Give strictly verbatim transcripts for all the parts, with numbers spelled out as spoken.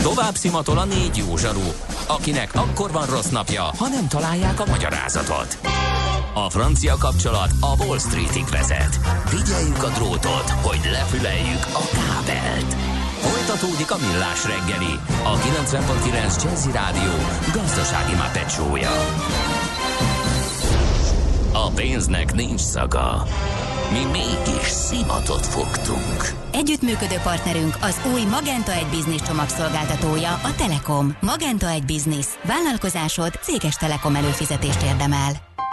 Tovább szimatol a négy jó zsaru, akinek akkor van rossz napja, ha nem találják a magyarázatot. A francia kapcsolat a Wall Streetig vezet. Figyeljük a drótot, hogy lefüleljük a kábelt. Folytatódik a Millás reggeli, a kilencven pont kilenc Jazzy Rádió gazdasági mápecsója. A pénznek nincs szaga. Mi mégis szimatot fogtunk. Együttműködő partnerünk az új Magenta egy Business csomagszolgáltatója, a Telekom. Magenta egy Business. Vállalkozásod céges Telekom előfizetést érdemel.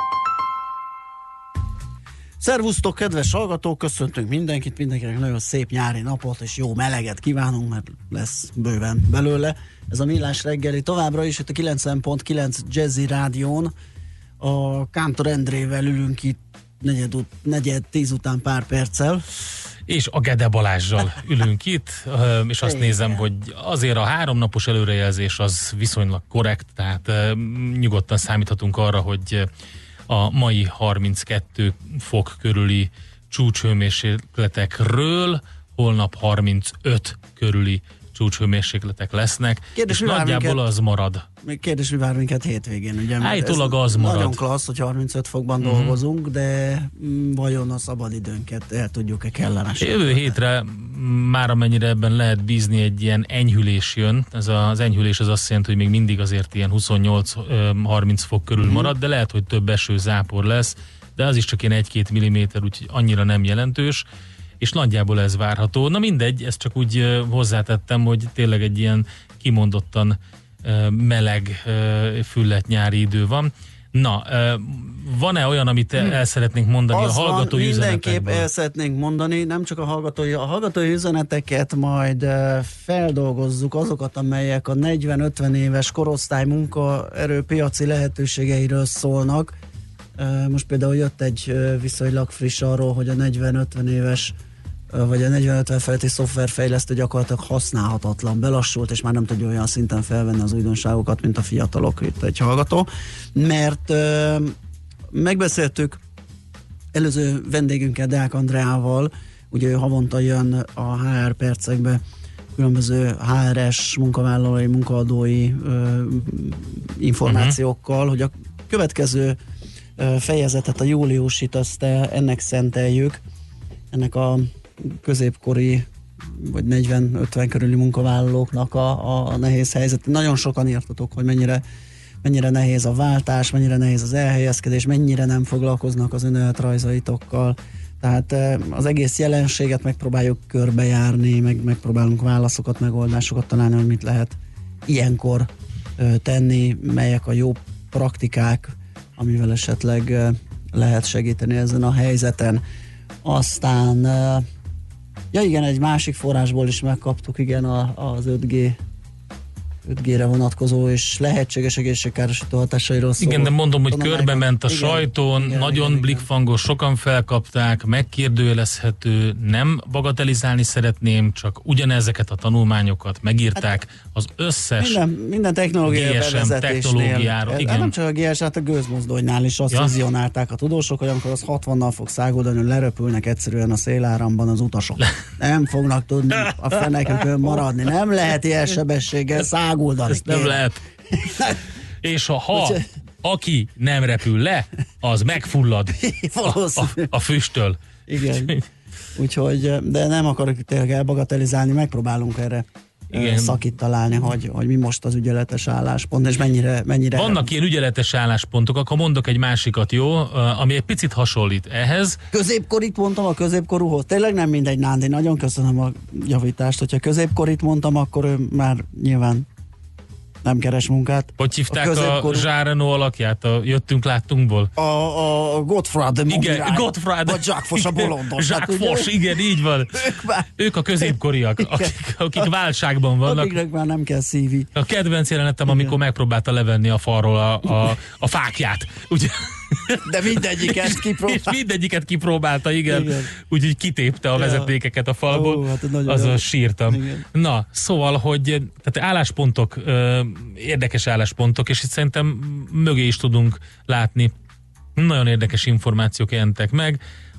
Szervusztok, kedves hallgatók, köszöntünk mindenkit, mindenkinek nagyon szép nyári napot és jó meleget kívánunk, mert lesz bőven belőle. Ez a Millás reggeli továbbra is, itt a kilencven pont kilenc Jazzy Rádión. A Kántor Endrével ülünk itt negyed, ut- negyed tíz után pár perccel. És a Gede Balázssal ülünk itt, és azt Igen. nézem, hogy azért a háromnapos előrejelzés az viszonylag korrekt, tehát nyugodtan számíthatunk arra, hogy a mai harminckettő fok körüli csúcshőmérsékletekről holnap harmincöt körüli csúcshőmérsékletek lesznek, kérdés, és nagyjából minket, az marad. Kérdés, mi vár minket hétvégén, ugye? Állítólag az marad. Nagyon klassz, hogy harmincöt fokban uh-huh. dolgozunk, de vajon a szabadidőnket el tudjuk-e kellemesen? Jövő hétre már amennyire ebben lehet bízni, egy ilyen enyhülés jön. Ez a, az enyhülés az azt jelenti, hogy még mindig azért ilyen huszonnyolc-harminc fok körül uh-huh. marad, de lehet, hogy több eső, zápor lesz, de az is csak ilyen egy-két milliméter, úgyhogy annyira nem jelentős, és nagyjából ez várható. Na mindegy, ezt csak úgy uh, hozzátettem, hogy tényleg egy ilyen kimondottan uh, meleg, uh, füllet nyári idő van. Na, uh, van-e olyan, amit hmm. el szeretnénk mondani az a hallgatói üzenetekből? Mindenképp el szeretnénk mondani, nem csak a hallgatói, a hallgatói üzeneteket majd uh, feldolgozzuk, azokat, amelyek a negyven-ötven éves korosztály munkaerőpiaci lehetőségeiről szólnak. Uh, most például jött egy uh, viszonylag friss arról, hogy a negyven-ötven éves vagy a negyven-ötven feletti szoftverfejlesztő gyakorlatilag használhatatlan, belassult, és már nem tudja olyan szinten felvenni az újdonságokat, mint a fiatalok, itt egy hallgató. Mert ö, megbeszéltük előző vendégünkkel, Deák Andreával, ugye ő havonta jön a há er percekbe különböző há er es munkavállalói, munkaadói ö, információkkal, uh-huh. hogy a következő ö, fejezetet, a júliusit, azt ennek szenteljük, ennek a középkori vagy negyven-ötven körüli munkavállalóknak a, a nehéz helyzet. Nagyon sokan írtatok, hogy mennyire, mennyire nehéz a váltás, mennyire nehéz az elhelyezkedés, mennyire nem foglalkoznak az önéletrajzaitokkal. Tehát az egész jelenséget megpróbáljuk körbejárni, meg megpróbálunk válaszokat, megoldásokat találni, hogy mit lehet ilyenkor tenni, melyek a jó praktikák, amivel esetleg lehet segíteni ezen a helyzeten. Aztán, ja igen, egy másik forrásból is megkaptuk, igen, a, az öt G öt G-re vonatkozó és lehetséges egészségkárosító hatásairól szól. Igen, de mondom, hogy körbe ment a igen, sajtón, igen, nagyon igen, blikfangos, sokan felkapták, megkérdőjelezhető, nem bagatelizálni szeretném, csak ugyanezeket a tanulmányokat megírták hát, az összes minden, minden technológiai bevezetésnél. Igen. Nem csak a gé es, hát a gőzmozdonynál is azt ja. vizionálták a tudósok, hogy amikor az hatvannal fog száguldani, hogy leröpülnek egyszerűen a széláramban az utasok. Nem fognak tudni a fenekükön maradni. Nem lehet ilyen sebességgel száguldani. Ezt nem lehet. És ha, ha aki nem repül le, az megfullad a, a, a füsttől. Igen. Úgyhogy, de nem akarok tényleg elbagatelizálni, megpróbálunk erre igen. szakit találni, hogy, hogy mi most az ügyeletes álláspont, és mennyire... mennyire vannak ilyen ügyeletes álláspontok, akkor mondok egy másikat, jó, ami egy picit hasonlít ehhez. Középkorit mondtam a középkorúhoz. Tényleg nem mindegy, Nándi, nagyon köszönöm a javítást. Hogyha középkorit mondtam, akkor ő már nyilván nem keres munkát. Hogy hívták a, középkorú... a Jean Reno alakját, a jöttünk láttunkból? A, a Godfrey de igen, Godfrey de... Vagy Jacques Foss a bolondos. Jacques hát, Foss, igen, így van. Ők, már... ők a középkoriak, akik, akik válságban vannak. Akiknek már nem kell szívi. A kedvenc jelenetem, igen. amikor megpróbálta levenni a falról a, a, a fákját. Ugye? De mindegyiket kipróbálta. És mindegyiket kipróbálta, igen. igen. Úgyhogy kitépte a ja. vezetékeket a falból. Oh, hát azon sírtam. Igen. Na, szóval, hogy tehát álláspontok, ö, érdekes álláspontok, és itt szerintem mögé is tudunk látni. Nagyon érdekes információk jelentek meg.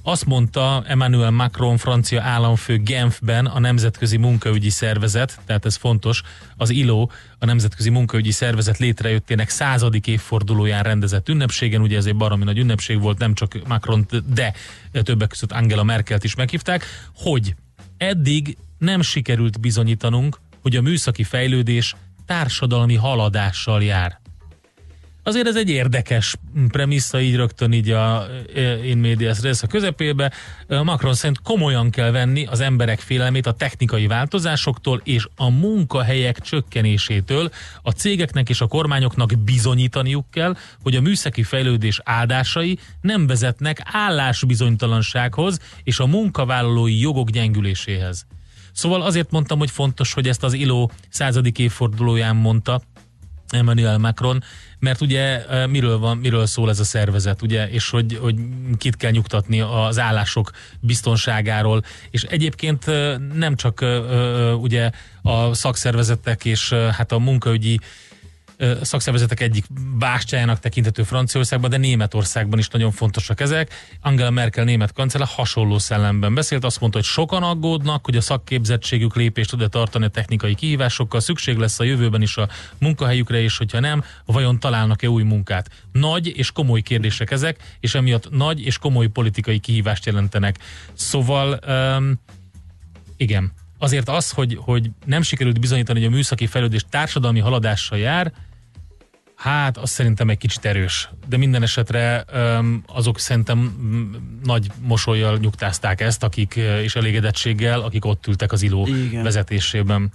Azt mondta Emmanuel Macron, francia államfő Genfben, a Nemzetközi Munkaügyi Szervezet, tehát ez fontos, az I L O, a Nemzetközi Munkaügyi Szervezet létrejöttének századik évfordulóján rendezett ünnepségen, ugye ez egy baromi nagy ünnepség volt, nem csak Macron, de többek között Angela Merkelt is meghívták, hogy eddig nem sikerült bizonyítanunk, hogy a műszaki fejlődés társadalmi haladással jár. Azért ez egy érdekes premissza, így rögtön így a in medias res a közepébe. Macron szerint komolyan kell venni az emberek félelmét a technikai változásoktól és a munkahelyek csökkenésétől. A cégeknek és a kormányoknak bizonyítaniuk kell, hogy a műszaki fejlődés áldásai nem vezetnek állásbizonytalansághoz és a munkavállalói jogok gyengüléséhez. Szóval azért mondtam, hogy fontos, hogy ezt az I L O századik évfordulóján mondta Emmanuel Macron, mert ugye miről van, miről szól ez a szervezet, ugye, és hogy, hogy kit kell nyugtatni az állások biztonságáról, és egyébként nem csak ugye a szakszervezetek és hát a munkaügyi szakszervezetek egyik bástyájának tekinthető Franciaországban, de Németországban is nagyon fontosak ezek. Angela Merkel német kancellár hasonló szellemben beszélt, azt mondta, hogy sokan aggódnak, hogy a szakképzettségük lépést tud-e tartani a technikai kihívásokkal, szükség lesz a jövőben is a munkahelyükre, és hogyha nem, vajon találnak-e új munkát. Nagy és komoly kérdések ezek, és emiatt nagy és komoly politikai kihívást jelentenek. Szóval um, igen, azért az, hogy, hogy nem sikerült bizonyítani, hogy a műszaki fejlődés társadalmi haladással jár, hát az szerintem egy kicsit erős. De minden esetre um, azok szerintem m- nagy mosollyal nyugtázták ezt, akik és elégedettséggel, akik ott ültek az I L O Igen. vezetésében.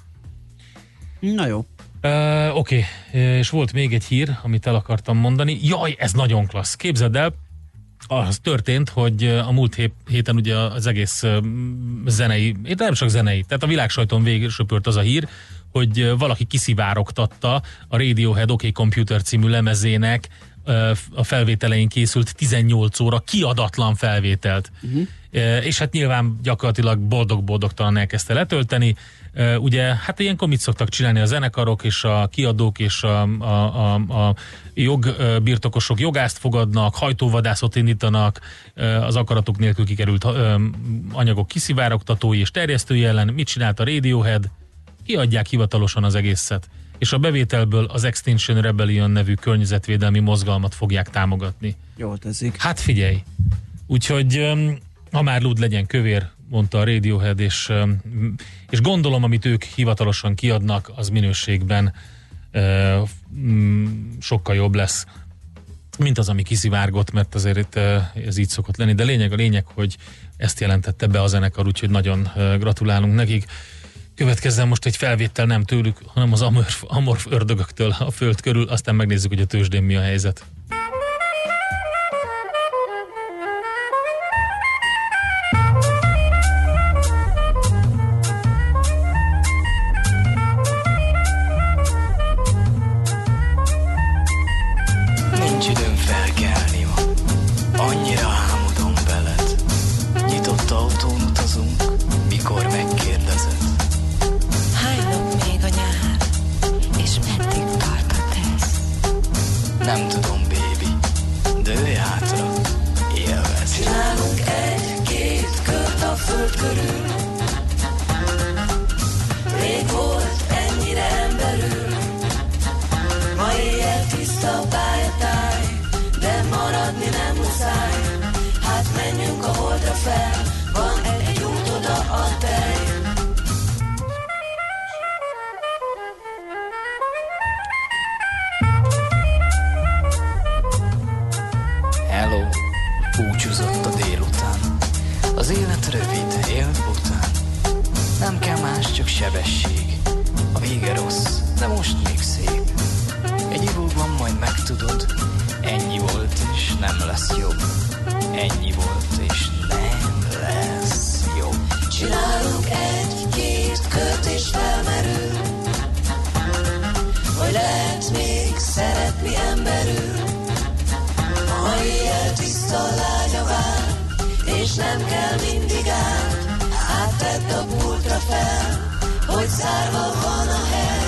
Na jó. Uh, Oké, okay. És volt még egy hír, amit el akartam mondani. Jaj, ez nagyon klassz. Képzeld el, az történt, hogy a múlt héten ugye az egész zenei, nem csak zenei, tehát a világsajton végig söpört az a hír, hogy valaki kiszivárogtatta a Radiohead OK Computer című lemezének a felvételein készült tizennyolc óra kiadatlan felvételt. Uh-huh. És hát nyilván gyakorlatilag boldog-boldogtalan elkezdte letölteni. Ugye, hát ilyenkor mit szoktak csinálni a zenekarok és a kiadók és a, a, a, a jogbirtokosok? Jogást fogadnak, hajtóvadászot indítanak, az akaratok nélkül kikerült anyagok kiszivárogtatói és terjesztői ellen. Mit csinált a Radiohead? Kiadják hivatalosan az egészet. És a bevételből az Extinction Rebellion nevű környezetvédelmi mozgalmat fogják támogatni. Jól teszik. Hát figyelj! Úgyhogy ha már lúd legyen kövér, mondta a Radiohead, és, és gondolom, amit ők hivatalosan kiadnak, az minőségben e, sokkal jobb lesz, mint az, ami kiszivárgott, mert azért itt ez így szokott lenni. De lényeg a lényeg, hogy ezt jelentette be a zenekar, úgyhogy nagyon gratulálunk nekik. Következzen most egy felvétel nem tőlük, hanem az amorf, amorf ördögöktől a föld körül, aztán megnézzük, hogy a tőzsdén mi a helyzet. Nincs időm felkelni ma, annyira álmodom veled. Nyitott autón utazunk, mikor megkérdezed. Hányok még a nyár, és meddig tartott ez? Nem tudom, baby, dőlj hátra, élvezd. Csinálunk egy-két kört a föld körül. Rég volt ennyire emberül. Ma éjjel tiszta pályatáj, de maradni nem muszáj. Hát menjünk a holdra fel, van egy út oda a tej. Hello, búcsúzott a délután. Az élet rövid, élt bután. Nem kell más, csak sebesség. A vége rossz, de most még szép. Egy ivóban majd megtudod, ennyi volt és nem lesz jobb. Ennyi volt és nem lesz jobb. Csinálunk egy-két kört és felmerül, hogy lehet még szeretni emberül. Ma éjjel tiszta lágya vár, és nem kell mindig át. Hát tedd a pultra fel, hogy zárva van a hely.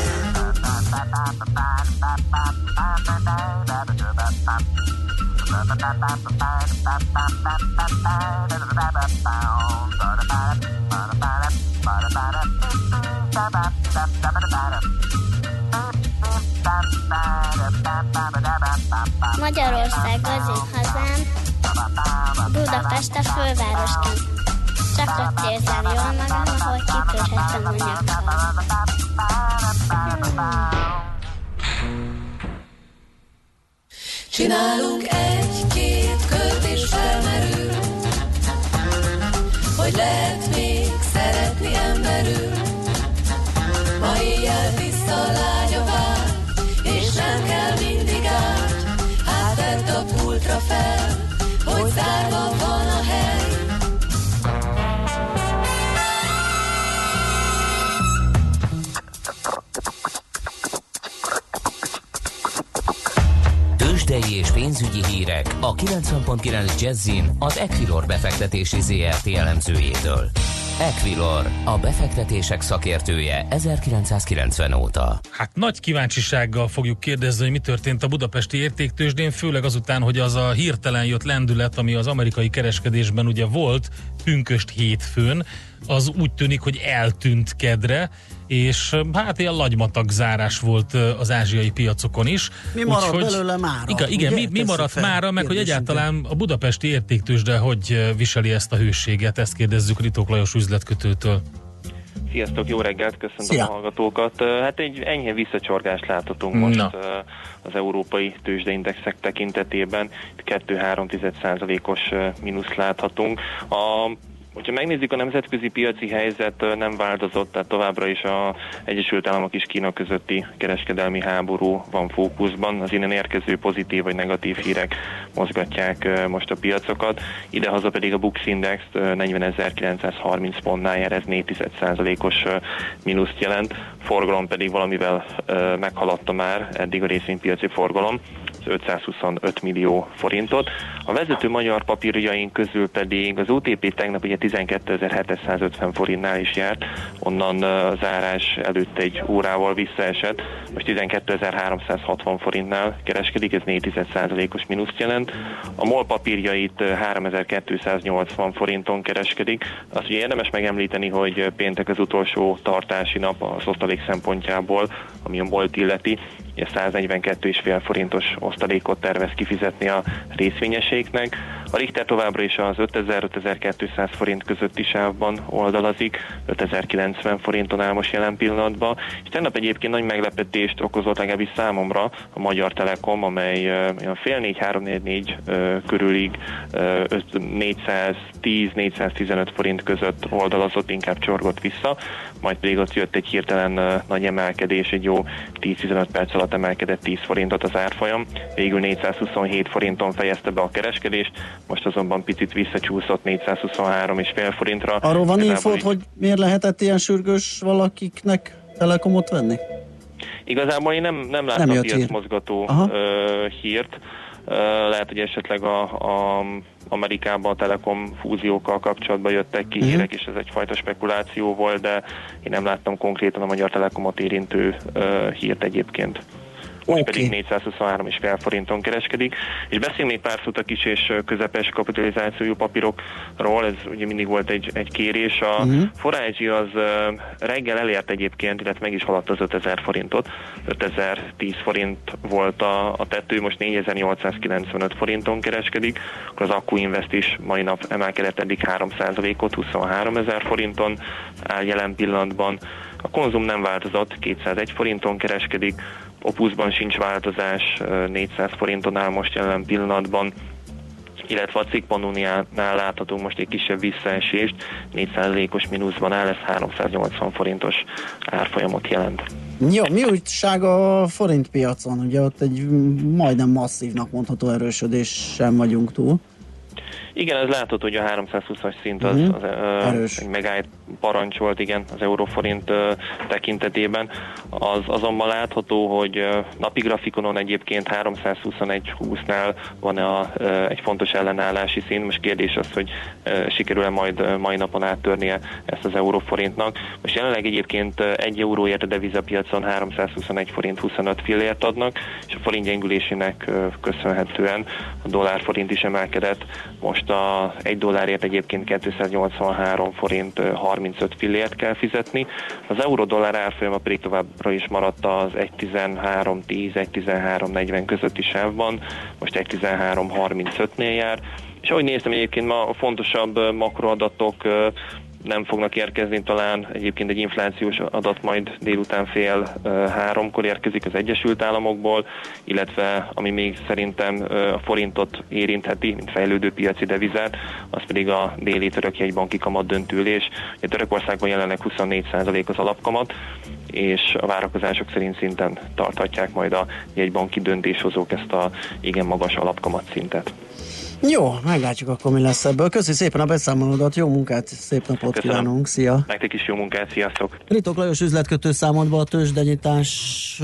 Magyarország az én hazám, Budapest a fővárosként. Csak ott érzem jól magam, ahol kipörhetem a nyakam. Csinálunk egy-két kört és felmerül, hogy lehet még szeretni emberül. Ma éjjel tiszta lágy a vár, és nem kell mindig át. Hát tedd a pultra fel, hogy zárva van a hely. Tőzsdei és pénzügyi hírek a kilencven pont kilenc Jazzin az Equilor befektetési zé er té elemzőjétől. Equilor, a befektetések szakértője ezerkilencszázkilencven óta. Hát nagy kíváncsisággal fogjuk kérdezni, hogy mi történt a budapesti értéktőzsdén, főleg azután, hogy az a hirtelen jött lendület, ami az amerikai kereskedésben ugye volt pünköst hétfőn, az úgy tűnik, hogy eltűnt kedre, és hát ilyen lagymatag zárás volt az ázsiai piacokon is. Mi maradt úgy, belőle mára? Igen, igen mi, mi maradt mára, meg hogy egyáltalán a budapesti értéktőzsde hogy viseli ezt a hőséget, ezt kérdezzük Ritók Lajos üzletkötőtől. Sziasztok, jó reggelt, köszöntöm Szia. a hallgatókat. Hát egy enyhe visszacsorgást láthatunk most Na. az európai tőzsdeindexek tekintetében. kettő egész három százalékos mínusz láthatunk. A Hogyha megnézzük, a nemzetközi piaci helyzet nem változott, tehát továbbra is az Egyesült Államok és Kína közötti kereskedelmi háború van fókuszban. Az innen érkező pozitív vagy negatív hírek mozgatják most a piacokat. Idehaza pedig a Bux Index negyvenezer-kilencszázharminc pontnál jár, ez négy egész egy százalékos mínuszt jelent. Forgalom pedig valamivel meghaladta már eddig a részvénypiaci forgalom, ötszázhuszonöt millió forintot. A vezető magyar papírjaink közül pedig az o té pé tegnap ugye tizenkétezer-hétszázötven forintnál is járt, onnan a zárás előtt egy órával visszaesett, most tizenkétezer-háromszázhatvan forintnál kereskedik, ez négy egész egy százalékos mínuszt jelent. A MOL papírjait háromezer-kétszáznyolcvan forinton kereskedik. Azt ugye érdemes megemlíteni, hogy péntek az utolsó tartási nap az osztalék szempontjából, ami a MOL-t illeti, száznegyvenkét egész öt forintos osztalékot tervez kifizetni a részvényeseiknek. A Richter továbbra is az ötezer-ötezer-kétszáz forint közötti sávban oldalazik, ötezer-kilencven forinton áll most jelen pillanatban, és tegnap egyébként nagy meglepetést okozott legalábbis számomra a Magyar Telekom, amely uh, fél négy, három négy négy uh, körülig uh, négyszáztíz-négyszáztizenöt forint között oldalazott, inkább csorgott vissza, majd pedig ott jött egy hirtelen uh, nagy emelkedés, egy jó tíz-tizenöt perc alatt emelkedett tíz forintot az árfolyam, végül négyszázhuszonhét forinton fejezte be a kereskedést, most azonban picit visszacsúszott négyszázhuszonhárom egész öt forintra. Arról van infót, így... hogy miért lehetett ilyen sürgős valakiknek Telekomot venni? Igazából én nem, nem láttam nem piacmozgató uh, hírt. Uh, lehet, hogy esetleg a, a Amerikában a Telekom fúziókkal kapcsolatban jöttek ki uh-huh. hírek, és ez egyfajta spekuláció volt, de én nem láttam konkrétan a Magyar Telekomot érintő uh, hírt egyébként. Most okay. pedig négyszázhuszonhárom egész öt forinton kereskedik, és beszélünk még pár szót a kis és közepes kapitalizációjú papírokról, ez ugye mindig volt egy, egy kérés. A uh-huh. Forágyi az uh, reggel elért egyébként, illetve meg is haladt az ötezer forintot, ötezer-tíz forint volt a, a tető, most négyezer-nyolcszázkilencvenöt forinton kereskedik, akkor az Akku Invest is mai nap emelkedett eddig három százalékot, huszonháromezer forinton áll jelen pillanatban. A Konzum nem változott, kétszázegy forinton kereskedik, Opusban sincs változás, négyszáz forinton áll most jelen pillanatban, illetve a cikk pont hu-nál láthatunk most egy kisebb visszaesést, négy százalékos mínuszban áll, ez háromszáznyolcvan forintos árfolyamot jelent. Jó, mi újság a forintpiacon? Ugye ott egy majdnem masszívnak mondható erősödésen vagyunk túl. Igen, ez látható, hogy a háromszázhúszas szint az, uh-huh. az, az egy megállt parancsolt, igen, az euróforint uh, tekintetében. Az azonban látható, hogy uh, napi grafikonon egyébként háromszázhuszonegy húsznál van a, uh, egy fontos ellenállási szint. Most kérdés az, hogy uh, sikerül-e majd uh, mai napon áttörnie ezt az euróforintnak. Most jelenleg egyébként uh, egy euróért a devizapiacon háromszázhuszonegy forint huszonöt fillért adnak, és a forint gyengülésének uh, köszönhetően a dollár-forint is emelkedett. Most a egy dollárért egyébként kétszáznyolcvanhárom forint harmincöt fillért kell fizetni. Az euró-dollár árfolyama pedig továbbra is maradt az egy tizenhárom tíz egy tizenhárom negyven közötti sávban, most egy tizenhárom harmincötnél jár. És ahogy néztem, egyébként ma a fontosabb makroadatok nem fognak érkezni, talán egyébként egy inflációs adat majd délután fél háromkor érkezik az Egyesült Államokból, illetve ami még szerintem a forintot érintheti, mint fejlődő piaci devizát, az pedig a déli török jegybanki kamat döntőülés. A Törökországban jelenleg huszonnégy százalék az alapkamat, és a várakozások szerint szinten tarthatják majd a jegybanki döntéshozók ezt a igen magas alapkamat szintet. Jó, meglátjuk akkor, mi lesz ebből. Köszi szépen a beszámolódat, jó munkát, szép napot Köszönöm. Kívánunk, szia! Nektek is jó munkát, sziasztok! Ritók Lajos üzletkötő számolt be a tőzsdenyítás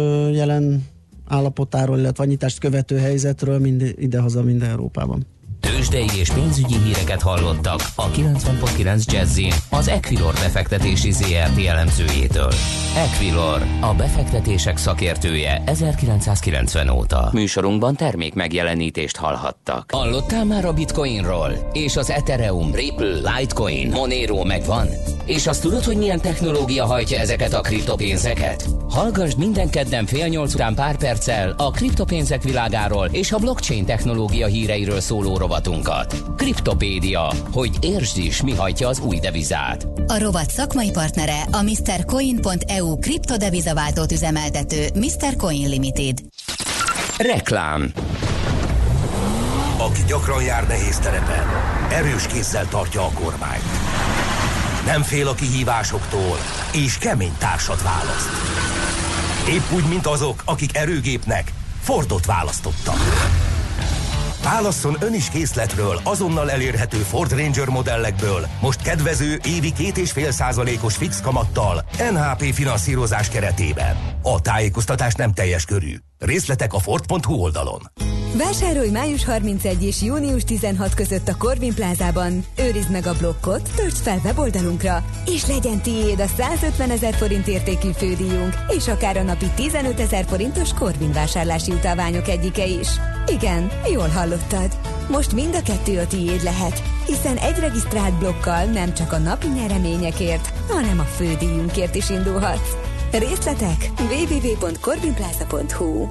jelen állapotáról, illetve a nyitást követő helyzetről mind, idehaza, minden Európában. Tőzsdei és pénzügyi híreket hallottak a kilencven pont kilenc Jazzin az Equilor befektetési zé er té elemzőjétől. Equilor, a befektetések szakértője ezerkilencszázkilencven óta. Műsorunkban termék megjelenítést hallhattak. Hallottál már a Bitcoinról? És az Ethereum, Ripple, Litecoin, Monero megvan? És azt tudod, hogy milyen technológia hajtja ezeket a kriptopénzeket? Hallgasd minden kedden fél nyolc után pár perccel a kriptopénzek világáról és a blockchain technológia híreiről szóló rovatunkat. Kriptopédia, hogy értsd is, mi hajtja az új devizát. A rovat szakmai partnere a mister coin pont e u kriptodevizaváltót üzemeltető mister Coin Limited. Reklám. Aki gyakran jár nehéz terepen, erős kézzel tartja a kormányt. Nem fél a kihívásoktól, és kemény társat választ. Épp úgy, mint azok, akik erőgépnek Fordot választottak. Válasszon ön is készletről azonnal elérhető Ford Ranger modellekből, most kedvező évi két egész öt százalékos fix kamattal en há pé finanszírozás keretében. A tájékoztatás nem teljes körű. Részletek a ford pont hu oldalon. Vásárolj május harmincegyedike és június tizenhatodika között a Corvin Plázában, őrizd meg a blokkot, töltsd fel weboldalunkra, és legyen tiéd a százötvenezer forint értékű fődíjunk, és akár a napi tizenötezer forintos Corvin vásárlási utalványok egyike is. Igen, jól hallottad. Most mind a kettő a tiéd lehet, hiszen egy regisztrált blokkal nem csak a napi nyereményekért, hanem a fődíjunkért is indulhatsz. Részletek double-u double-u double-u pont corvin plaza pont hu.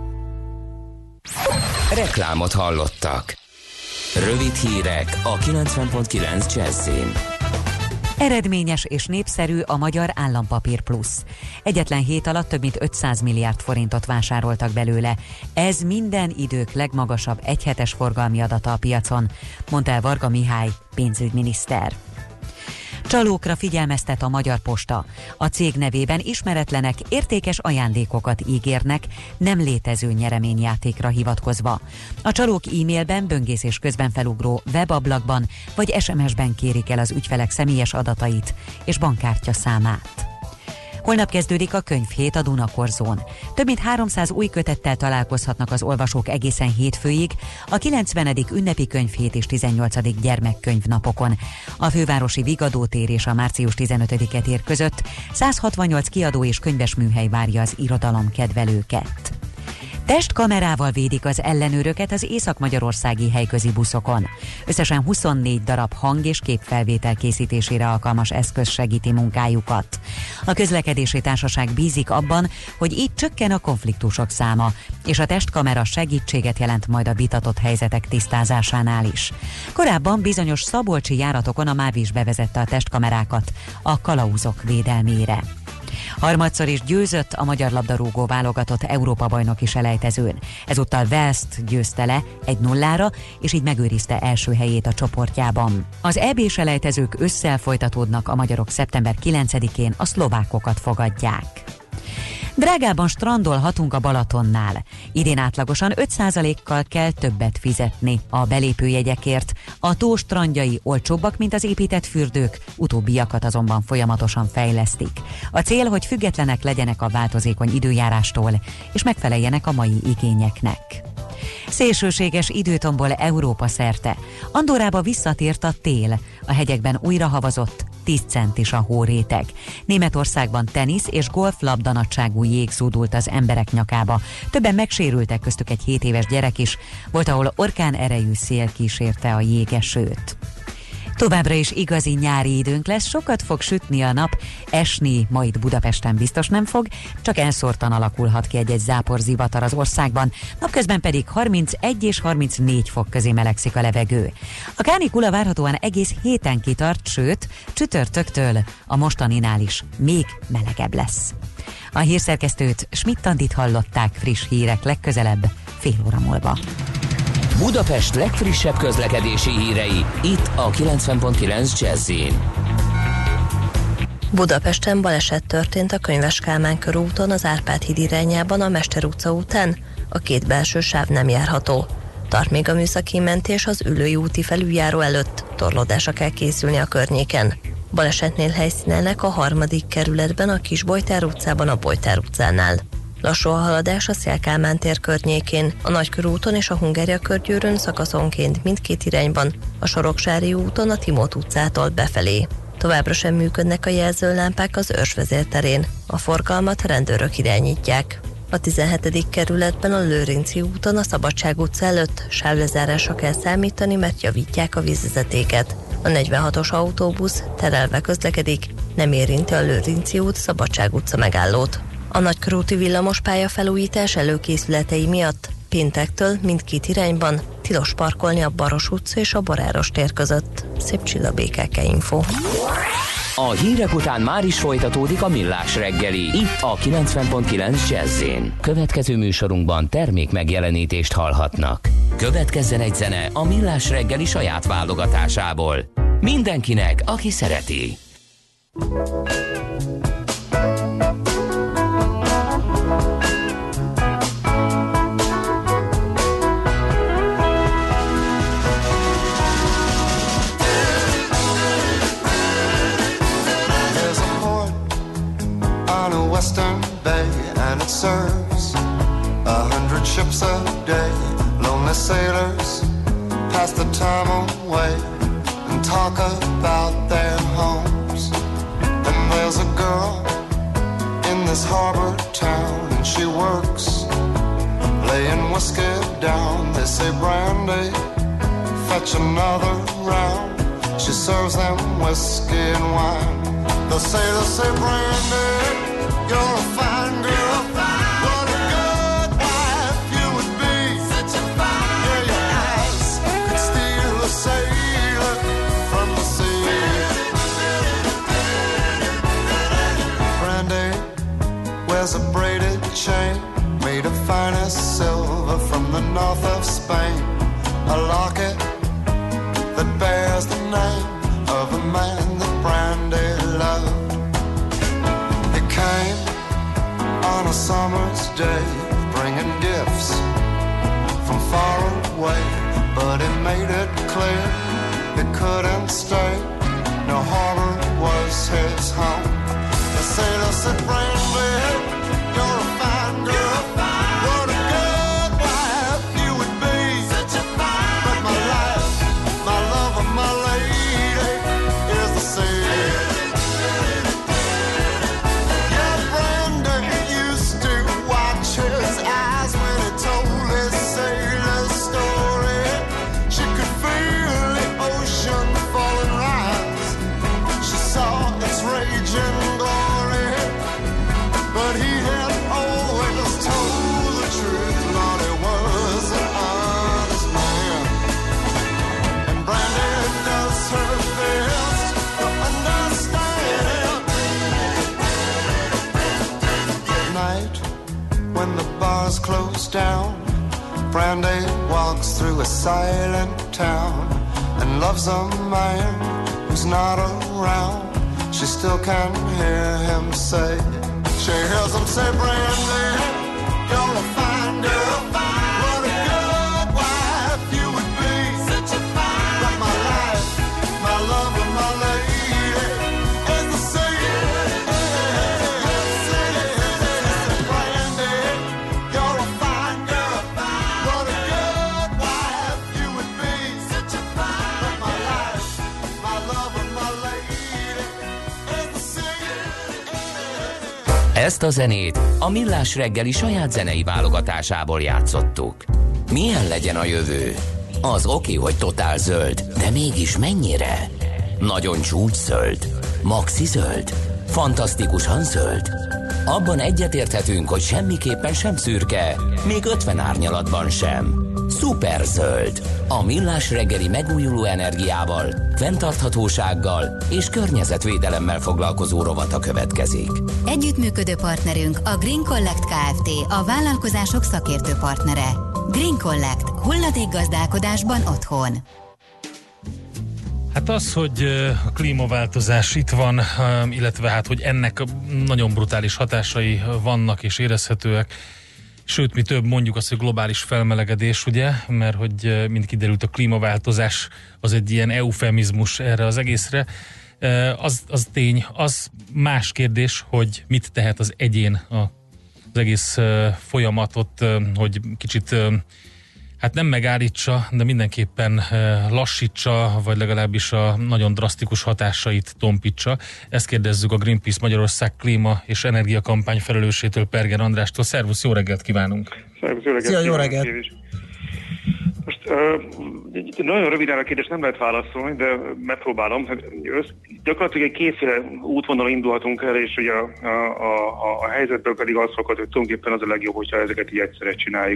Reklámot hallottak. Rövid hírek a kilencven pont kilenc Jazzin. Eredményes és népszerű a magyar állampapír plusz. Egyetlen hét alatt több mint ötszáz milliárd forintot vásároltak belőle. Ez minden idők legmagasabb egyhetes forgalmi adata a piacon, mondta el Varga Mihály, pénzügyminiszter. Csalókra figyelmeztet a Magyar Posta. A cég nevében ismeretlenek értékes ajándékokat ígérnek, nem létező nyereményjátékra hivatkozva. A csalók e-mailben, böngészés közben felugró webablakban vagy es em es-ben kérik el az ügyfelek személyes adatait és bankkártya számát. Holnap kezdődik a könyvhét a Dunakorzón. Több mint háromszáz új kötettel találkozhatnak az olvasók egészen hétfőig, a kilencvenedik ünnepi könyvhét és tizennyolcadik gyermekkönyvnapokon. A fővárosi Vigadó tér és a március tizenötödike tér között száz hatvannyolc kiadó és könyves műhely várja az irodalom kedvelőket. Testkamerával védik az ellenőröket az észak-magyarországi helyközi buszokon. Összesen huszonnégy darab hang- és képfelvétel készítésére alkalmas eszköz segíti munkájukat. A közlekedési társaság bízik abban, hogy így csökken a konfliktusok száma, és a testkamera segítséget jelent majd a vitatott helyzetek tisztázásánál is. Korábban bizonyos szabolcsi járatokon a MÁV is bevezette a testkamerákat a kalauzok védelmére. Harmadszor is győzött a magyar labdarúgó válogatott Európa-bajnoki selejtezőn. Ezúttal Walest győzte le egy nullára, és így megőrizte első helyét a csoportjában. Az é bé selejtezők ősszel folytatódnak, a magyarok szeptember kilencedikén a szlovákokat fogadják. Drágában strandolhatunk a Balatonnál. Idén átlagosan öt százalékkal kell többet fizetni a belépőjegyekért. A tó strandjai olcsóbbak, mint az épített fürdők, utóbbiakat azonban folyamatosan fejlesztik. A cél, hogy függetlenek legyenek a változékony időjárástól, és megfeleljenek a mai igényeknek. Szélsőséges időtombol Európa szerte. Andorrába visszatért a tél. A hegyekben újra havazott, tíz centis a hóréteg. Németországban tenisz és golf labdanadságú jég zúdult az emberek nyakába. Többen megsérültek, köztük egy hét éves gyerek is. Volt, ahol orkán erejű szél kísérte a jégesőt. Továbbra is igazi nyári időnk lesz, sokat fog sütni a nap, esni ma itt Budapesten biztos nem fog, csak elszórtan alakulhat ki egy-egy záporzivatar az országban, napközben pedig harmincegy és harmincnégy fok közé melegszik a levegő. A kánikula várhatóan egész héten kitart, sőt, csütörtöktől a mostaninál is még melegebb lesz. A hírszerkesztőt, Schmidt-Andit hallották, friss hírek legközelebb, fél óra múlva. Budapest legfrissebb közlekedési hírei, itt a kilencven pont kilenc Jazz-in. Budapesten baleset történt a Könyves Kálmán körúton az Árpád híd irányában a Mester utca után, a két belső sáv nem járható. Tart még a műszaki mentés az Üllői úti felüljáró előtt, torlódásra kell készülni a környéken. Balesetnél helyszínelnek a harmadik kerületben, a Kisbojtár utcában, a Bojtár utcánál. Lassú a haladás a Széll-Kálmán tér környékén, a Nagykörúton és a Hungária körgyűrűn szakaszonként mindkét irányban, a Soroksári úton a Timót utcától befelé. Továbbra sem működnek a jelzőlámpák az Őrsvezér terén, a forgalmat rendőrök irányítják. A tizenhetedik kerületben a Lőrinci úton a Szabadság utca előtt sávlezárásra kell számítani, mert javítják a vízvezetéket. A negyvenhatos autóbusz terelve közlekedik, nem érinti a Lőrinci út Szabadság utca megállót. A Nagykörúti villamospálya felújítás előkészületei miatt péntektől mindkét irányban tilos parkolni a Baros utca és a Boráros tér között. Szép Csilla, bé ká ká Info. A hírek után már is folytatódik a Millás reggeli, itt a kilencven pont kilenc Jazz-in. Következő műsorunkban termék megjelenítést hallhatnak. Következzen egy zene a Millás reggeli saját válogatásából. Mindenkinek, aki szereti. Western Bay, and it serves a hundred ships a day. Lonely sailors pass the time away and talk about their homes. And there's a girl in this harbor town, and she works laying whiskey down. They say, Brandy, fetch another round. She serves them whiskey and wine. The sailors say, Brandy, you're a fine girl, what a good wife you would be. Such a fine yeah, your eyes could steal a sailor from the sea. Brandy wears a braided chain made of finest silver from the north of Spain. A locket that bears the name of a man that Brandy loved. Came on a summer's day, bringing gifts from far away, but he made it clear he couldn't stay. No harbor was his home. The sailor said, Brandy, you're a fine girl, what a good wife you would be. Such a fine but my life, my love, and my lady is the sea. His eyes when he told his sailor story. She could feel the ocean fall and rise. She saw its raging glory. But he had always told the truth. Lord, he was an honest man. And Brandy does her best to understand. At night, when the bars close down, Brandy walks through a silent town and loves a man who's not around. She still can hear him say, she hears him say, Brandy, Ezt a zenét a Millás reggeli saját zenei válogatásából játszottuk. Milyen legyen a jövő? Az oké, hogy totál zöld, de mégis mennyire? Nagyon csúcs zöld? Maxi zöld? Fantasztikusan zöld? Abban egyetérthetünk, hogy semmiképpen sem szürke, még ötven árnyalatban sem. Szuper zöld. A Millás reggeli megújuló energiával, fenntarthatósággal és környezetvédelemmel foglalkozó rovata következik. Együttműködő partnerünk a Green Collect Kft. A vállalkozások szakértő partnere. Green Collect. Hulladékgazdálkodásban otthon. Hát az, hogy a klímaváltozás itt van, illetve hát, hogy ennek nagyon brutális hatásai vannak és érezhetőek, sőt, mi több, mondjuk azt, hogy globális felmelegedés, ugye, mert hogy mind kiderült, a klímaváltozás az egy ilyen eufemizmus erre az egészre. Az, az tény, az más kérdés, hogy mit tehet az egyén az egész folyamatot, hogy kicsit hát nem megállítsa, de mindenképpen lassítsa, vagy legalábbis a nagyon drasztikus hatásait tompítsa. Ezt kérdezzük a Greenpeace Magyarország klíma és energiakampány felelőssétől, Perger Andrástól. Szervusz, jó reggelt kívánunk! Szervusz, jó reggelt! Szia, jó reggelt! Most uh, nagyon röviden a kérdést nem lehet válaszolni, de megpróbálom. Össz, gyakorlatilag egy kétféle útvonalon indulhatunk el, és ugye a, a, a, a helyzetből pedig az fakad, hogy tulajdonképpen az a legjobb, hogyha ezeket így egyszerre csináljuk.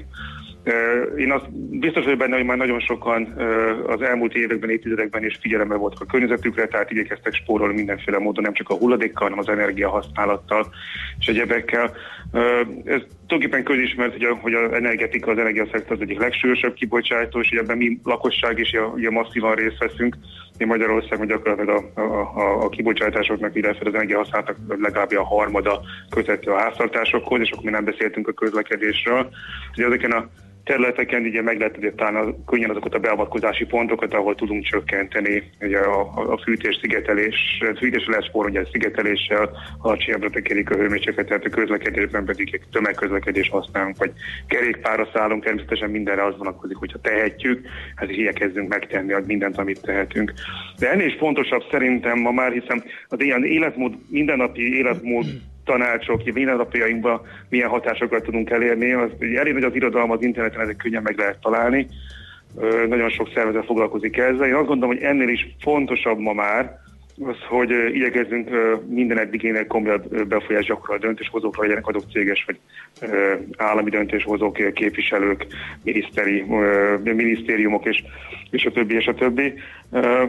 Én azt biztos vagyok benne, hogy már nagyon sokan az elmúlt években, évtizedekben is figyelembe voltak a környezetükre, tehát igyekeztek spórolni mindenféle módon, nem csak a hulladékkal, hanem az energiahasználattal és egyebekkel. Ez tulajdonképpen közismert, hogy, a, hogy az energetika, az energiaszektor az egyik legsúlyosabb kibocsátó, és ebben mi lakosság is ugye masszívan részt veszünk. Én Magyarországon gyakorlatilag a, a, a, a kibocsátásoknak, illetve az energiahasználatnak legalább a harmada köthető a háztartásokhoz, és akkor mi nem beszéltünk a közlekedésről. Ugye ezeken a területeken ugye meg lehet azért talán könnyen azokat a beavatkozási pontokat, ahol tudunk csökkenteni ugye a, a fűtés szigetelés, fűtésre lesz spórolni, ugye szigeteléssel, alacsonyabbra tekerik a hőmérsékletet, tehát a közlekedésben pedig tömegközlekedés használunk, vagy kerékpárra szállunk, természetesen mindenre az vonatkozik, hogyha tehetjük, hát igyekezzünk megtenni mindent, amit tehetünk. De ennél is fontosabb szerintem ma már, hiszen az ilyen életmód, mindennapi életmód tanácsok, mindennapjainkban milyen hatásokat tudunk elérni. Az, elég nagy az irodalom, az interneten ezek könnyen meg lehet találni. Ö, nagyon sok szervezet foglalkozik ezzel. Én azt gondolom, hogy ennél is fontosabb ma már az, hogy ö, igyekezzünk ö, minden eddigénél komolyabb befolyást gyakorolni a döntéshozókra, legyenek azok céges vagy ö, állami döntéshozók, képviselők, miniszteri, ö, minisztériumok és, és a többi, és a többi. Ö,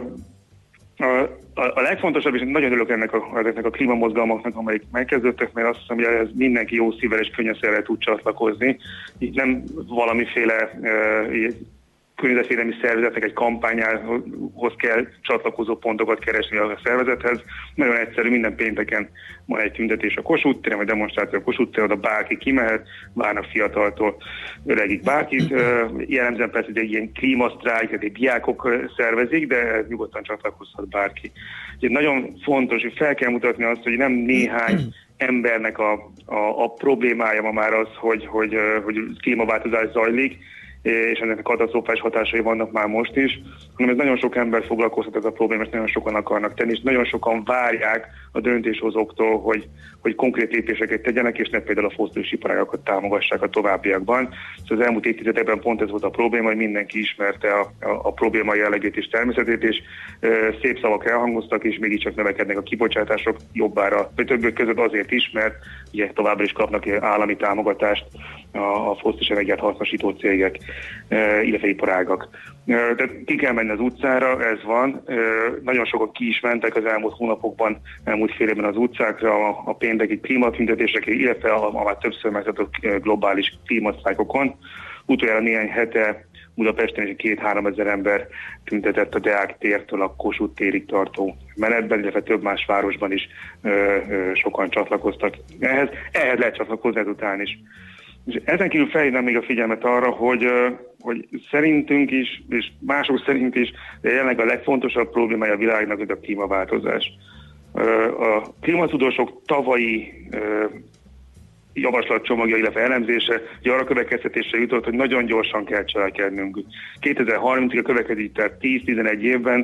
A, a, a legfontosabb, és nagyon örülök ennek a, ezeknek a klímamozgalmaknak, amelyik megkezdődtek, mert azt hiszem, hogy ez mindenki jó szívvel és könnyen szívvel tud csatlakozni. Így nem valamiféle e, környezetvédelmi szervezetnek egy kampányához kell csatlakozó pontokat keresni a szervezethez. Nagyon egyszerű, minden pénteken van egy tüntetés a Kossuth téren, vagy demonstráció a Kossuth téren, oda bárki kimehet, várnak fiataltól öregig bárkit. Jellemzően persze egy ilyen klímasztrájk, egy diákok szervezik, de nyugodtan csatlakozhat bárki. Úgyhogy nagyon fontos, hogy fel kell mutatni azt, hogy nem néhány embernek a, a, a problémája ma már az, hogy, hogy, hogy klímaváltozás zajlik, és ennek katasztrofális hatásai vannak már most is, hanem ez nagyon sok ember foglalkoztat ez a probléma, és nagyon sokan akarnak tenni, és nagyon sokan várják a döntéshozóktól, hogy, hogy konkrét lépéseket tegyenek, és ne például a fosszilis iparágakat támogassák a továbbiakban. Szóval az elmúlt évtizedekben pont ez volt a probléma, hogy mindenki ismerte a, a, a probléma jellegét és természetét, és e, szép szavak elhangoztak, és mégiscsak növekednek a kibocsátások jobbára, vagy többek között azért is, mert ugye továbbra is kapnak állami támogatást a, a fosszilis energiát hasznosító cégek, e, illetve iparágak. E, tehát ki kell menni az utcára, ez van. E, nagyon sokan ki is mentek az elmúlt hónapokban, elmúlt fél évben az utcákra, a, a pénteki klímatüntetésekre, illetve a, a már többször megtartott globális klímasztrájkokon. Utoljára néhány hete Budapesten is két-három ezer ember tüntetett a Deák tértől a Kossuth térig tartó menetben, illetve több más városban is ö, ö, sokan csatlakoztak ehhez. Ehhez lehet csatlakozni ezután is. És ezen kívül felhívnám még a figyelmet arra, hogy, hogy szerintünk is, és mások szerint is, de jelenleg a legfontosabb problémája a világnak az a klímaváltozás. A klímatudósok tavalyi javaslatcsomagja, illetve elemzése arra következtetésre jutott, hogy nagyon gyorsan kell cselekednünk. kétezer-harmincig a következő tíz-tizenegy évben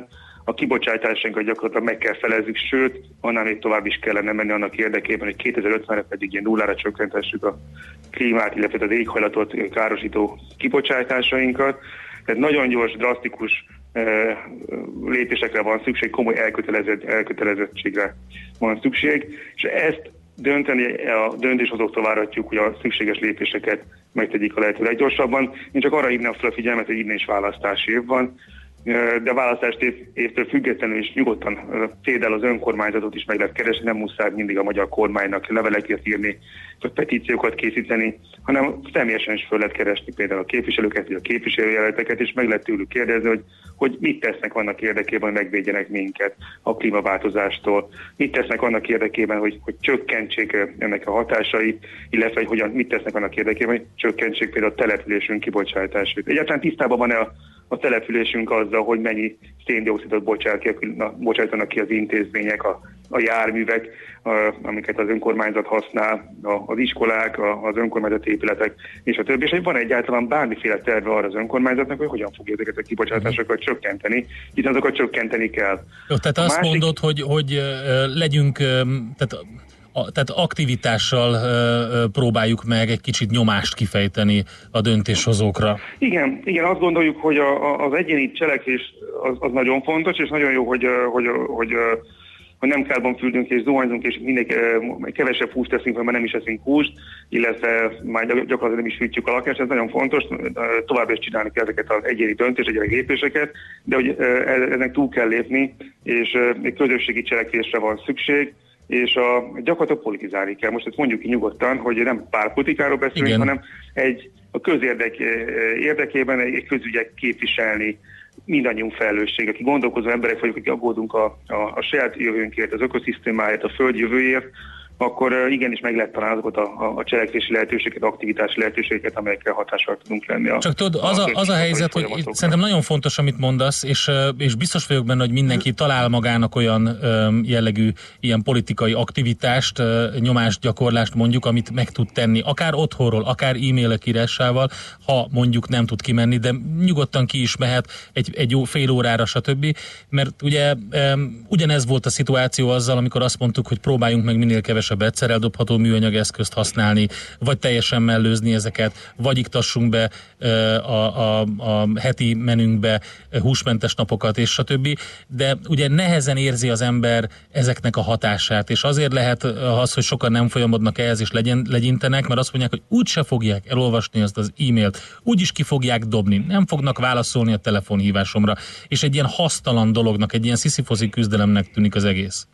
a kibocsátásainkat gyakorlatilag meg kell felezzük, sőt, annál még tovább is kellene menni annak érdekében, hogy kétezer-ötvenre pedig ilyen nullára csökkentessük a klímát, illetve az éghajlatot károsító kibocsátásainkat. Tehát nagyon gyors, drasztikus eh, lépésekre van szükség, komoly elkötelezett, elkötelezettségre van szükség, és ezt dönteni, a döntéshozóktól várhatjuk, hogy a szükséges lépéseket megtegyék a lehető leggyorsabban. Én csak arra hívnám fel a figyelmet, hogy innen is választási év van, de a választást év, évtől függetlenül is nyugodtan például az önkormányzatot is meg lehet keresni, nem muszáj mindig a magyar kormánynak leveleket írni, vagy petíciókat készíteni, hanem személyesen is föl lehet keresni például a képviselőket, vagy a képviselőjelölteket, és meg lehet tőlük kérdezni, hogy, hogy mit tesznek annak érdekében, hogy megvédjenek minket a klímaváltozástól, mit tesznek annak érdekében, hogy, hogy csökkentsék ennek a hatásait, illetve hogy hogyan, mit tesznek annak érdekében, hogy csökkentsék például a településünk kibocsátását. Egyáltalán tisztában van-e a a településünk azzal, hogy mennyi széndioxidot bocsájtanak ki az intézmények, a, a járművek, a, amiket az önkormányzat használ, a, az iskolák, a, az önkormányzati épületek, és a többi. És van egyáltalán bármiféle terve arra az önkormányzatnak, hogy hogyan fogja ezeket a kibocsátásokat csökkenteni, hiszen azokat csökkenteni kell. Jó, tehát a azt másik... mondod, hogy, hogy legyünk... Tehát... A, tehát aktivitással ö, ö, próbáljuk meg egy kicsit nyomást kifejteni a döntéshozókra. Igen, igen, azt gondoljuk, hogy a, a, az egyéni cselekvés az, az nagyon fontos, és nagyon jó, hogy, hogy, hogy, hogy nem kárban füldünk és zuhanyzunk, és mindenki kevesebb húst teszünk, mert nem is eszünk húst, illetve már gyakorlatilag nem is fűtjük a lakást, ez nagyon fontos, tovább is csinálni kell ezeket az egyéni döntés, egyéni lépéseket, de hogy ezen túl kell lépni, és egy közösségi cselekvésre van szükség, és a, gyakorlatilag politizálni kell. Most ezt mondjuk ki nyugodtan, hogy nem pártpolitikáról beszélünk, igen, hanem egy a közérdek érdekében egy közügyet képviselni, mindannyiunk felelősség, aki gondolkozó emberek vagyunk, akik aggódunk a, a, a saját jövőnkért, az ökoszisztémáért, a föld jövőért, akkor igenis meg lehet találni azokat a, a cselekvési lehetőségeket, aktivitási lehetőségeket, amelyekkel hatással tudunk lenni. A, Csak tudod, az a, az a helyzet, hogy szerintem nagyon fontos, amit mondasz, és, és biztos vagyok benne, hogy mindenki talál magának olyan jellegű ilyen politikai aktivitást, nyomásgyakorlást mondjuk, amit meg tud tenni, akár otthonról, akár e-mailek írásával, ha mondjuk nem tud kimenni, de nyugodtan ki is mehet egy, egy jó fél órára, stb. Mert ugye ugyanez volt a szituáció azzal, amikor azt mondtuk, hogy próbáljunk meg minél kevesebb egyszer eldobható műanyag eszközt használni, vagy teljesen mellőzni ezeket, vagy iktassunk be a, a, a heti menünkbe húsmentes napokat, és stb. De ugye nehezen érzi az ember ezeknek a hatását, és azért lehet az, hogy sokan nem folyamodnak ehhez, és legyen, legyintenek, mert azt mondják, hogy úgyse fogják elolvasni azt az e-mailt, úgyis ki fogják dobni, nem fognak válaszolni a telefonhívásomra, és egy ilyen hasztalan dolognak, egy ilyen sziszifoszi küzdelemnek tűnik az egész.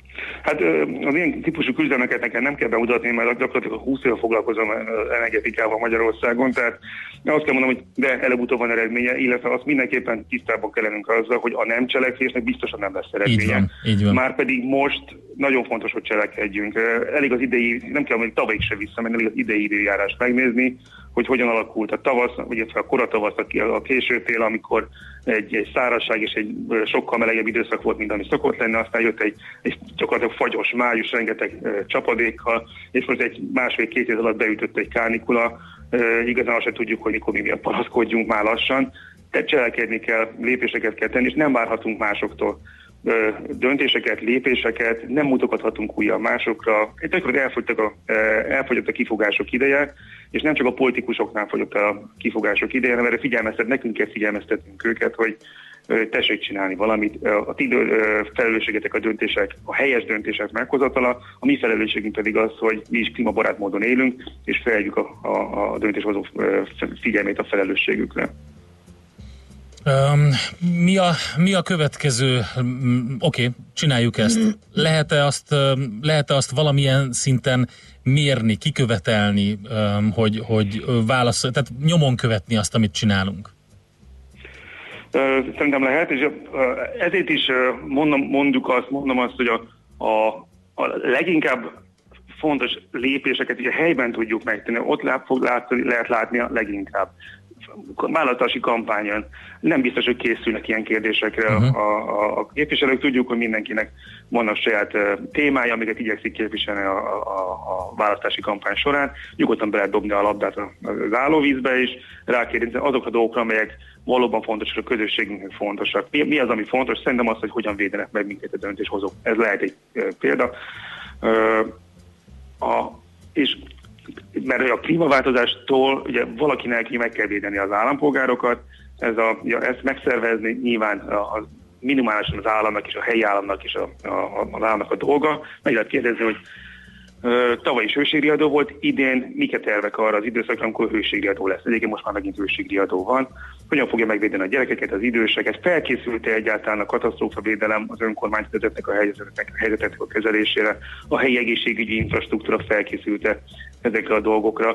Hát az ilyen típusú küzdelmeket nekem nem kell bemutatni, mert gyakorlatilag húsz éve foglalkozom energetikával Magyarországon, tehát azt kell mondanom, hogy de előbb-utóbb van eredménye, illetve azt mindenképpen tisztában kell lennünk azzal, hogy a nem cselekvésnek biztosan nem lesz eredménye. Így van, így van. Márpedig most nagyon fontos, hogy cselekedjünk. Elég az idei, nem kell mondani, tavalyig se visszamenni, elég az idei időjárást megnézni, hogy hogyan alakult a tavasz, illetve a koratavasz, a késő tél, amikor egy, egy szárazság és egy sokkal melegebb időszak volt, mint ami szokott lenni, aztán jött egy, egy gyakorlatilag fagyos május, rengeteg e, csapadékkal, és most egy másfél-két év alatt beütött egy kánikula, e, igazán azt sem tudjuk, hogy mikor mi miatt panaszkodjunk már lassan, tehát cselekedni kell, lépéseket kell tenni, és nem várhatunk másoktól e, döntéseket, lépéseket, nem mutogathatunk újra másokra, egyébként elfogytak a, e, elfogyott a kifogások ideje, és nem csak a politikusoknál fogyott a kifogások ideje, hanem erre figyelmeztet, nekünk kell figyelmeztetnünk őket, hogy tessék csinálni valamit. A ti felelősségetek a döntések, a helyes döntések meghozatala, a mi felelősségünk pedig az, hogy mi is klímabarát módon élünk, és feljegyük a, a, a döntéshozó figyelmét a felelősségükre. Um, mi, a, mi a következő? Um, Oké, okay, csináljuk ezt. Lehet-e azt, um, lehet-e azt valamilyen szinten mérni, kikövetelni, um, hogy, hogy válaszol, tehát nyomon követni azt, amit csinálunk? Szerintem lehet, és ezért is mondom, mondjuk azt, mondom azt, hogy a, a, a leginkább fontos lépéseket ugye helyben tudjuk megtenni, ott lát, fog látni, lehet látni a leginkább. választási kampányon nem biztos, hogy készülnek ilyen kérdésekre uh-huh. a, a, a képviselők. Tudjuk, hogy mindenkinek van a saját uh, témája, amiket igyekszik képviselni a, a, a választási kampány során. Nyugodtan be lehet dobni a labdát az állóvízbe, és rákérdezni azokra a dolgokra, amelyek valóban fontosak, a közösségünknek fontosak. Mi, mi az, ami fontos? Szerintem az, hogy hogyan védenek meg minket a döntéshozók. Ez lehet egy uh, példa. Uh, a, és mert a klímaváltozástól ugye valakinek meg kell védeni az állampolgárokat, ez a, ja, ezt megszervezni nyilván a, a minimálisan az államnak és a helyi államnak és a, a, az államnak a dolga. Meg lehet kérdezni, hogy ö, tavaly is hőségriadó volt, idén mik a tervek arra az időszakra, amikor hőségriadó lesz. Egyébként most már megint hőségriadó van. Hogyan fogja megvédeni a gyerekeket, az időseket? Felkészült-e egyáltalán a katasztrófavédelem az önkormányzatoknak a helyzeteknek, a helyzeteknek a kezelésére? A helyi egészségügyi infrastruktúra felkészült-e ezekre a dolgokra?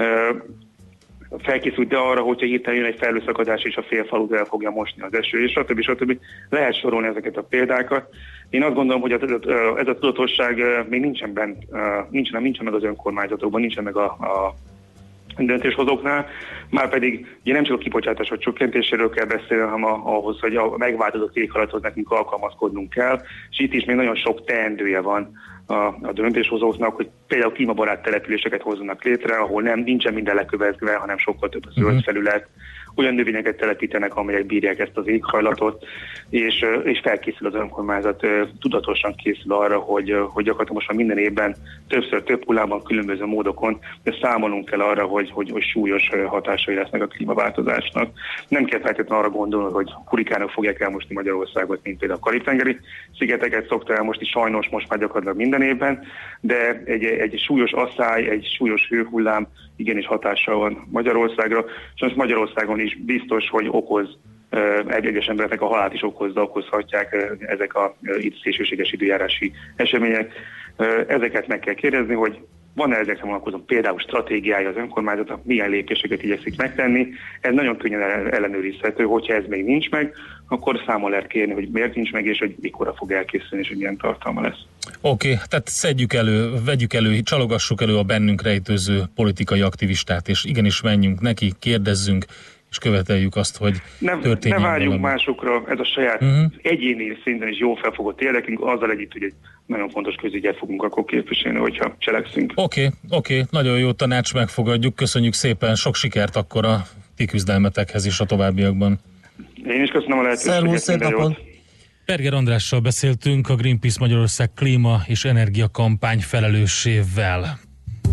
Felkészült-e arra, hogyha hirtelen jön egy felhőszakadás és a fél falut el fogja mosni az eső, és stb. stb. Lehet sorolni ezeket a példákat. Én azt gondolom, hogy ez a tudatosság még nincsen, bent, nincsen, nincsen meg az önkormányzatokban, nincsen meg a, a döntéshozóknál, már pedig ugye nem csak a kibocsátások csökkentéséről kell beszélni, hanem ahhoz, hogy a megváltozott éghajlathoz nekünk alkalmazkodnunk kell, és itt is még nagyon sok teendője van a, a döntéshozóknak, hogy például klímabarát településeket hozzanak létre, ahol nem nincsen minden lekövezve, hanem sokkal több a zöld felület, olyan növényeket telepítenek, amelyek bírják ezt az éghajlatot, és, és felkészül az önkormányzat, tudatosan készül arra, hogy, hogy gyakorlatilag most minden évben többször, több hullámban, különböző módokon, de számolunk kell arra, hogy, hogy, hogy súlyos hatásai lesznek a klímaváltozásnak. Nem kell feltétlenül arra gondolni, hogy hurikánok fogják elmosni Magyarországot, mint például a Karib-tengeri szigeteket szokta elmosni, sajnos most már gyakorlatilag minden évben, de egy, egy súlyos asszály, egy súlyos hőhullám igenis hatással van Magyarországra, és most Magyarországon is biztos, hogy okoz, egyes embereknek a halált is okozza, okozhatják ezek a itt szélsőséges időjárási események. Ezeket meg kell kérdezni, hogy van-e ezekre vonatkozó például stratégiája az önkormányzatnak, milyen lépéseket igyekszik megtenni. Ez nagyon könnyen ellenőrizhető, hogyha ez még nincs meg, akkor számon lehet kérni, hogy miért nincs meg, és hogy mikorra fog elkészülni, és hogy milyen tartalma lesz. Oké, okay, tehát szedjük elő, vegyük elő, csalogassuk elő a bennünk rejtőző politikai aktivistát, és igenis menjünk neki, kérdezzünk, és követeljük azt, hogy nem, történjen Ne várjunk valami. Másokra, ez a saját uh-huh. egyéni szinten is jól felfogott érdekünk, azzal együtt, hogy egy nagyon fontos közügyet fogunk akkor képviselni, hogyha cselekszünk. Oké, okay, oké, okay, nagyon jó tanács, megfogadjuk, köszönjük szépen, sok sikert akkor a ti küzdelmetekhez is a továbbiakban. Én is köszönöm a lehetőséget. Szervusz, szép napot! Berger Andrással beszéltünk, a Greenpeace Magyarország klíma és energiakampány felelőssével.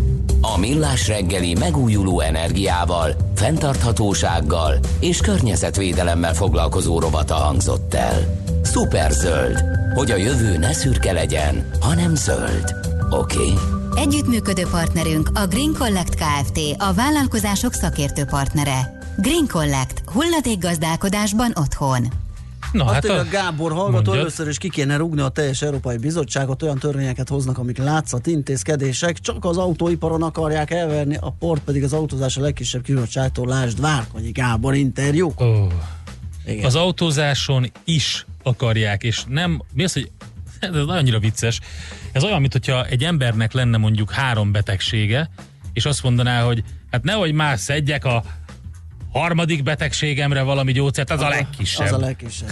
A Millás reggeli megújuló energiával, fenntarthatósággal és környezetvédelemmel foglalkozó rovata hangzott el. Szuperzöld, hogy a jövő ne szürke legyen, hanem zöld. Oké? Okay? Együttműködő partnerünk a Green Collect Kft., a vállalkozások szakértő partnere. Green Collect. Hulladékgazdálkodásban otthon. Na, azt hát a Gábor hallgató, mondjad. Először is ki kéne rúgni a teljes Európai Bizottságot, olyan törvényeket hoznak, amik látszat intézkedések, csak az autóiparon akarják elverni, a port pedig az autózás a legkisebb kibocsátó, lásd Várkonyi Gábor interjú. Oh. Az autózáson is akarják, és nem, mi az, hogy ez annyira vicces, ez olyan, mintha egy embernek lenne mondjuk három betegsége, és azt mondaná, hogy hát nehogy már szedjek a harmadik betegségemre valami gyógyszert, az a, a legkisebb. Az a legkisebb.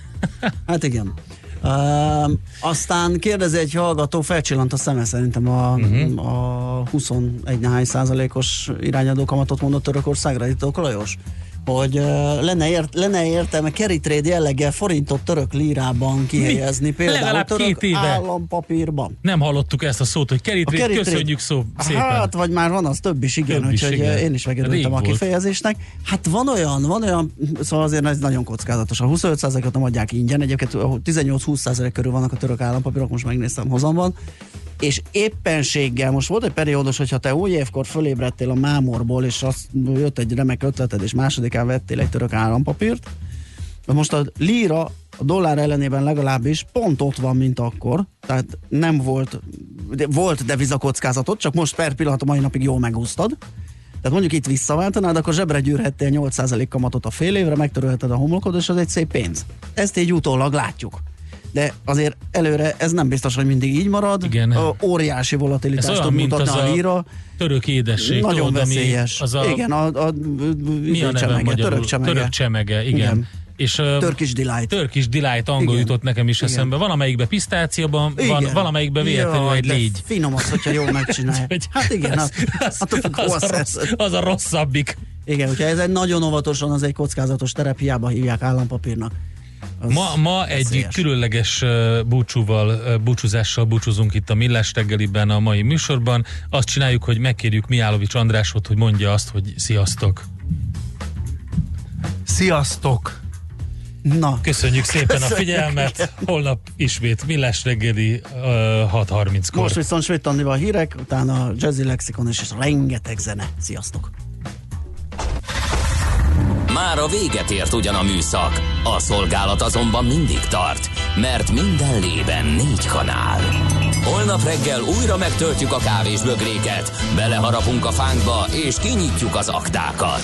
Hát igen. Uh, aztán kérdezi egy hallgató, felcsillant a szeme szerintem a, uh-huh. a huszonegy néhány százalékos irányadó kamatot mondott Törökországra, itt a Lajos, hogy uh, lenne, ért, lenne értelme carry trade jelleggel forintot török lírában kihelyezni, például legalább török két éve állampapírban. Nem hallottuk ezt a szót, hogy carry trade, köszönjük szó szépen. Hát, vagy már van az több is, igen, úgyhogy én is megörültem a kifejezésnek. Hát van olyan, van olyan, szóval azért ez nagyon kockázatos. A huszonöt százalékot nem adják ingyen, egyébként tizennyolc-húsz százalék körül vannak a török állampapírok, most megnéztem hozamban, és éppenséggel, most volt egy periódus, hogyha te új évkor fölébredtél a mámorból, és azt jött egy remek ötleted, és másodikán vettél egy török állampapírt, most a lira a dollár ellenében legalábbis pont ott van, mint akkor, tehát nem volt, de volt devizakockázatot, csak most per pillanat a mai napig jól megúsztad. Tehát mondjuk itt visszaváltanád, akkor zsebre gyűrhettél nyolc százalék kamatot a fél évre, megtörölheted a homlokod, és az egy szép pénz. Ezt így utólag látjuk. de azért előre ez nem biztos, hogy mindig így marad. Igen. A óriási volatilitást tud mutatni a lira. Török édesség. Nagyon tudod, veszélyes. Az a, igen, a, a, mi a csemege, magyarul? török csemege. Török csemege, igen. igen. És, Turkish Delight. Turkish Delight angol igen. jutott nekem is eszembe. Van amelyikben pisztáciaban, van valamelyikben véletlenül egy légy. Finom az, hogyha jól megcsinálja. Hát igen, az, az, az, az, a rossz, az a rosszabbik. Igen, hogyha ez egy nagyon óvatosan, az egy kockázatos terep, hiába hívják állampapírnak. Ma, ma egy különleges búcsúval, búcsúzással búcsúzunk itt a Millás reggeliben a mai műsorban. Azt csináljuk, hogy megkérjük Mihálovics Andrásot, hogy mondja azt, hogy sziasztok. Sziasztok! Na. Köszönjük szépen a figyelmet. Holnap ismét Millás reggeli uh, hat harminckor. Most viszont Schmidt Andival hírek, utána Jazzy Lexikon és rengeteg zene. Sziasztok! Már a véget ért ugyan a műszak, a szolgálat azonban mindig tart, mert minden lében négy kanál. Holnap reggel újra megtöltjük a kávés bögréket, beleharapunk a fánkba és kinyitjuk az aktákat.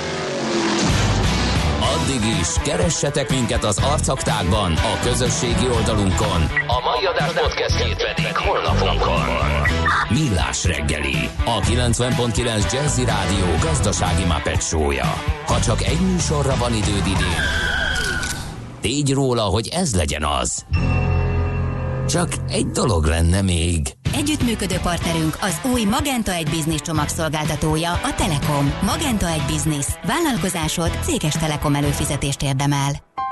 Addig is keressetek minket az arcaktákban, a közösségi oldalunkon. A mai adás podcastjét pedig holnapunkon. Millás reggeli, a kilencven pont kilenc Jazzy Rádió gazdasági Muppet show-ja. Ha csak egy műsorra van időd idén, tégy róla, hogy ez legyen az. Csak egy dolog lenne még. Együttműködő partnerünk az új Magenta egy Business csomagszolgáltatója, a Telekom. Magenta egy Business. Vállalkozásod céges Telekom előfizetést érdemel.